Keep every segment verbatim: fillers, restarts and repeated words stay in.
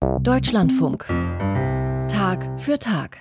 Deutschlandfunk. Tag für Tag.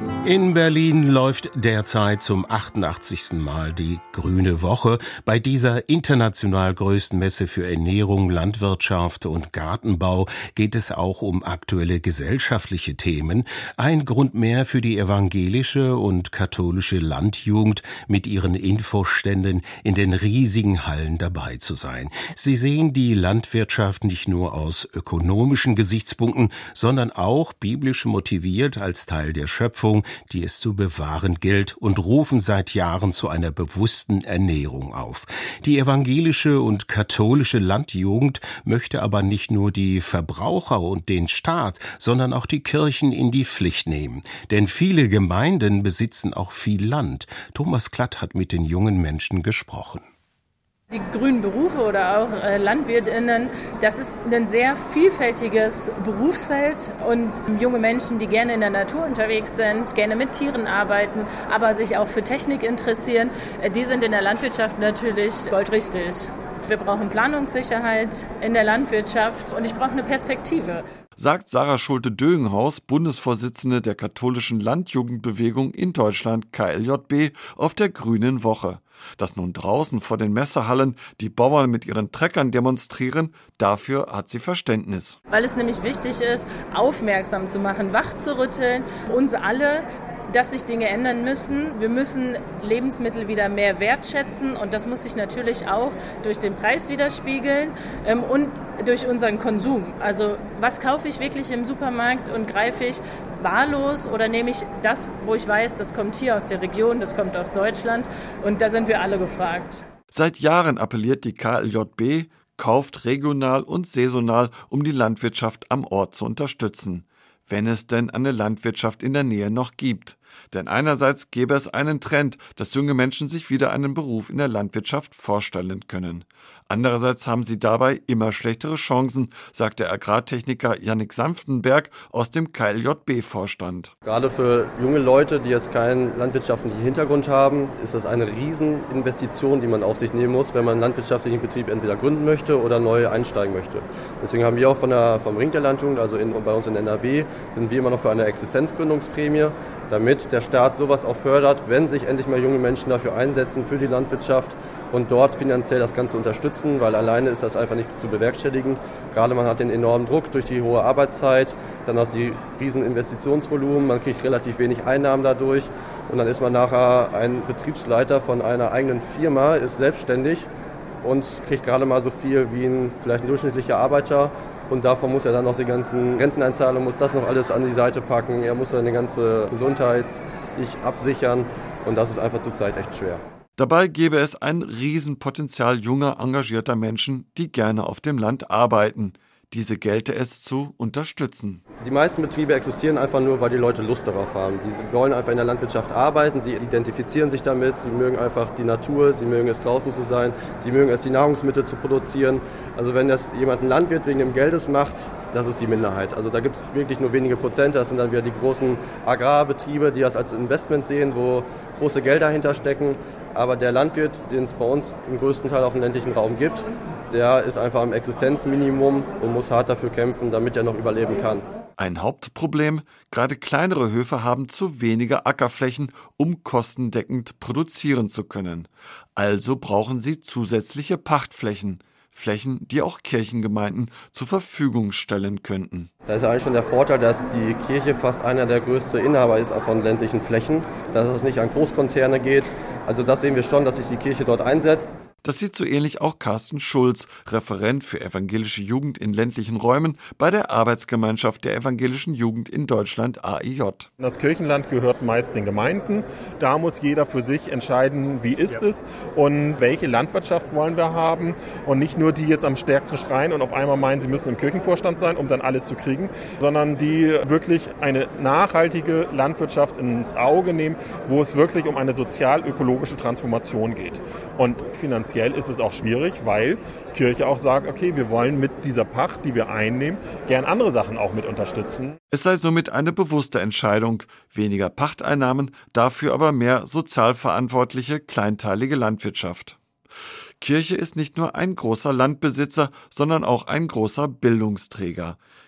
In Berlin läuft derzeit zum achtundachtzigsten Mal die Grüne Woche. Bei dieser international größten Messe für Ernährung, Landwirtschaft und Gartenbau geht es auch um aktuelle gesellschaftliche Themen. Ein Grund mehr für die evangelische und katholische Landjugend, mit ihren Infoständen in den riesigen Hallen dabei zu sein. Sie sehen die Landwirtschaft nicht nur aus ökonomischen Gesichtspunkten, sondern auch biblisch motiviert als Teil der Schöpfung, die es zu bewahren gilt, und rufen seit Jahren zu einer bewussten Ernährung auf. Die evangelische und katholische Landjugend möchte aber nicht nur die Verbraucher und den Staat, sondern auch die Kirchen in die Pflicht nehmen. Denn viele Gemeinden besitzen auch viel Land. Thomas Klatt hat mit den jungen Menschen gesprochen. Die grünen Berufe oder auch äh, LandwirtInnen, das ist ein sehr vielfältiges Berufsfeld, und junge Menschen, die gerne in der Natur unterwegs sind, gerne mit Tieren arbeiten, aber sich auch für Technik interessieren, äh, die sind in der Landwirtschaft natürlich goldrichtig. Wir brauchen Planungssicherheit in der Landwirtschaft und ich brauche eine Perspektive. Sagt Sarah Schulte-Dögenhaus, Bundesvorsitzende der katholischen Landjugendbewegung in Deutschland K L J B, auf der Grünen Woche. Dass nun draußen vor den Messehallen die Bauern mit ihren Treckern demonstrieren, dafür hat sie Verständnis. Weil es nämlich wichtig ist, aufmerksam zu machen, wach zu rütteln, uns alle, dass sich Dinge ändern müssen. Wir müssen Lebensmittel wieder mehr wertschätzen, und das muss sich natürlich auch durch den Preis widerspiegeln ähm, und durch unseren Konsum. Also was kaufe ich wirklich im Supermarkt und greife ich wahllos, oder nehme ich das, wo ich weiß, das kommt hier aus der Region, das kommt aus Deutschland, und da sind wir alle gefragt. Seit Jahren appelliert die K L J B, kauft regional und saisonal, um die Landwirtschaft am Ort zu unterstützen. Wenn es denn eine Landwirtschaft in der Nähe noch gibt. Denn einerseits gäbe es einen Trend, dass junge Menschen sich wieder einen Beruf in der Landwirtschaft vorstellen können. Andererseits haben sie dabei immer schlechtere Chancen, sagt der Agrartechniker Jannik Sanftenberg aus dem K L J B-Vorstand. Gerade für junge Leute, die jetzt keinen landwirtschaftlichen Hintergrund haben, ist das eine Rieseninvestition, die man auf sich nehmen muss, wenn man einen landwirtschaftlichen Betrieb entweder gründen möchte oder neu einsteigen möchte. Deswegen haben wir auch von der, vom Ring der Landjugend, also in, bei uns in N R W, sind wir immer noch für eine Existenzgründungsprämie, damit der Staat sowas auch fördert, wenn sich endlich mal junge Menschen dafür einsetzen, für die Landwirtschaft, und dort finanziell das Ganze unterstützen, weil alleine ist das einfach nicht zu bewerkstelligen. Gerade man hat den enormen Druck durch die hohe Arbeitszeit, dann auch die riesen Investitionsvolumen, man kriegt relativ wenig Einnahmen dadurch, und dann ist man nachher ein Betriebsleiter von einer eigenen Firma, ist selbstständig und kriegt gerade mal so viel wie ein vielleicht ein durchschnittlicher Arbeiter. Und davon muss er dann noch die ganzen Renteneinzahlungen, muss das noch alles an die Seite packen. Er muss dann die ganze Gesundheit sich absichern. Und das ist einfach zurzeit echt schwer. Dabei gäbe es ein Riesenpotenzial junger, engagierter Menschen, die gerne auf dem Land arbeiten. Diese gelte es zu unterstützen. Die meisten Betriebe existieren einfach nur, weil die Leute Lust darauf haben. Die wollen einfach in der Landwirtschaft arbeiten, sie identifizieren sich damit, sie mögen einfach die Natur, sie mögen es draußen zu sein, sie mögen es, die Nahrungsmittel zu produzieren. Also wenn das jemand ein Landwirt wegen dem Geldes macht, das ist die Minderheit. Also da gibt es wirklich nur wenige Prozent, das sind dann wieder die großen Agrarbetriebe, die das als Investment sehen, wo große Gelder hinterstecken. Aber der Landwirt, den es bei uns im größten Teil auf dem ländlichen Raum gibt, der ist einfach am Existenzminimum und muss hart dafür kämpfen, damit er noch überleben kann. Ein Hauptproblem: Gerade kleinere Höfe haben zu wenige Ackerflächen, um kostendeckend produzieren zu können. Also brauchen sie zusätzliche Pachtflächen. Flächen, die auch Kirchengemeinden zur Verfügung stellen könnten. Da ist eigentlich schon der Vorteil, dass die Kirche fast einer der größten Inhaber ist von ländlichen Flächen, dass es nicht an Großkonzerne geht. Also das sehen wir schon, dass sich die Kirche dort einsetzt. Das sieht so ähnlich auch Carsten Schulz, Referent für evangelische Jugend in ländlichen Räumen bei der Arbeitsgemeinschaft der evangelischen Jugend in Deutschland A I J. Das Kirchenland gehört meist den Gemeinden. Da muss jeder für sich entscheiden, wie ist es und welche Landwirtschaft wollen wir haben. Und nicht nur die jetzt am stärksten schreien und auf einmal meinen, sie müssen im Kirchenvorstand sein, um dann alles zu kriegen, sondern die wirklich eine nachhaltige Landwirtschaft ins Auge nehmen, wo es wirklich um eine sozial-ökologische Transformation geht. Und finanziell ist es auch schwierig, weil Kirche auch sagt, okay, wir wollen mit dieser Pacht, die wir einnehmen, gern andere Sachen auch mit unterstützen. Es sei somit eine bewusste Entscheidung, weniger Pachteinnahmen, dafür aber mehr sozialverantwortliche, kleinteilige Landwirtschaft. Kirche ist nicht nur ein großer Landbesitzer, sondern auch ein großer Bildungsträger.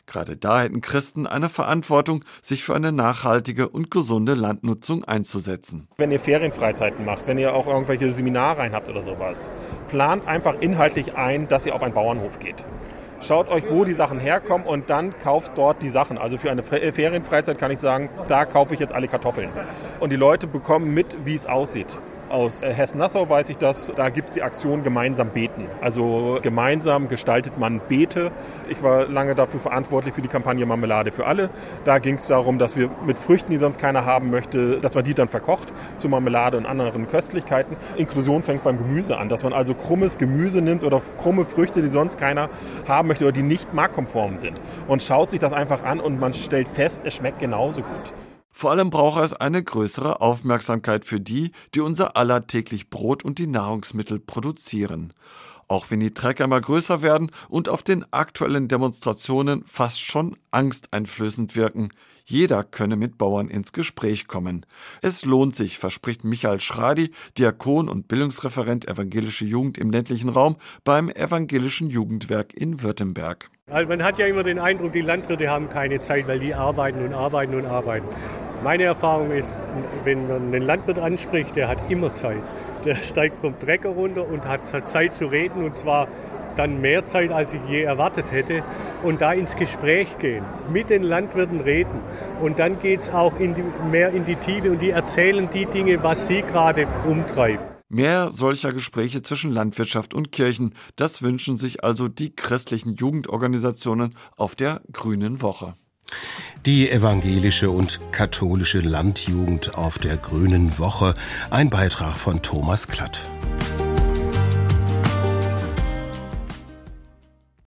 Gerade da hätten Christen eine Verantwortung, sich für eine nachhaltige und gesunde Landnutzung einzusetzen. Wenn ihr Ferienfreizeiten macht, wenn ihr auch irgendwelche Seminare rein habt oder sowas, plant einfach inhaltlich ein, dass ihr auf einen Bauernhof geht. Schaut euch, wo die Sachen herkommen und dann kauft dort die Sachen. Also für eine Ferienfreizeit kann ich sagen, da kaufe ich jetzt alle Kartoffeln. Und die Leute bekommen mit, wie es aussieht. Aus Hessen-Nassau weiß ich das, da gibt es die Aktion Gemeinsam beten. Also gemeinsam gestaltet man Beete. Ich war lange dafür verantwortlich für die Kampagne Marmelade für alle. Da ging es darum, dass wir mit Früchten, die sonst keiner haben möchte, dass man die dann verkocht zu Marmelade und anderen Köstlichkeiten. Inklusion fängt beim Gemüse an, dass man also krummes Gemüse nimmt oder krumme Früchte, die sonst keiner haben möchte oder die nicht marktkonform sind. Und schaut sich das einfach an und man stellt fest, es schmeckt genauso gut. Vor allem braucht es eine größere Aufmerksamkeit für die, die unser aller täglich Brot und die Nahrungsmittel produzieren. Auch wenn die Trecker immer größer werden und auf den aktuellen Demonstrationen fast schon angsteinflößend wirken. Jeder könne mit Bauern ins Gespräch kommen. Es lohnt sich, verspricht Michael Schradi, Diakon und Bildungsreferent evangelische Jugend im ländlichen Raum beim Evangelischen Jugendwerk in Württemberg. Also man hat ja immer den Eindruck, die Landwirte haben keine Zeit, weil die arbeiten und arbeiten und arbeiten. Meine Erfahrung ist, wenn man einen Landwirt anspricht, der hat immer Zeit. Der steigt vom Trecker runter und hat Zeit zu reden, und zwar dann mehr Zeit, als ich je erwartet hätte, und da ins Gespräch gehen, mit den Landwirten reden. Und dann geht es auch in die, mehr in die Tiefe und die erzählen die Dinge, was sie gerade umtreiben. Mehr solcher Gespräche zwischen Landwirtschaft und Kirchen, das wünschen sich also die christlichen Jugendorganisationen auf der Grünen Woche. Die evangelische und katholische Landjugend auf der Grünen Woche, ein Beitrag von Thomas Klatt.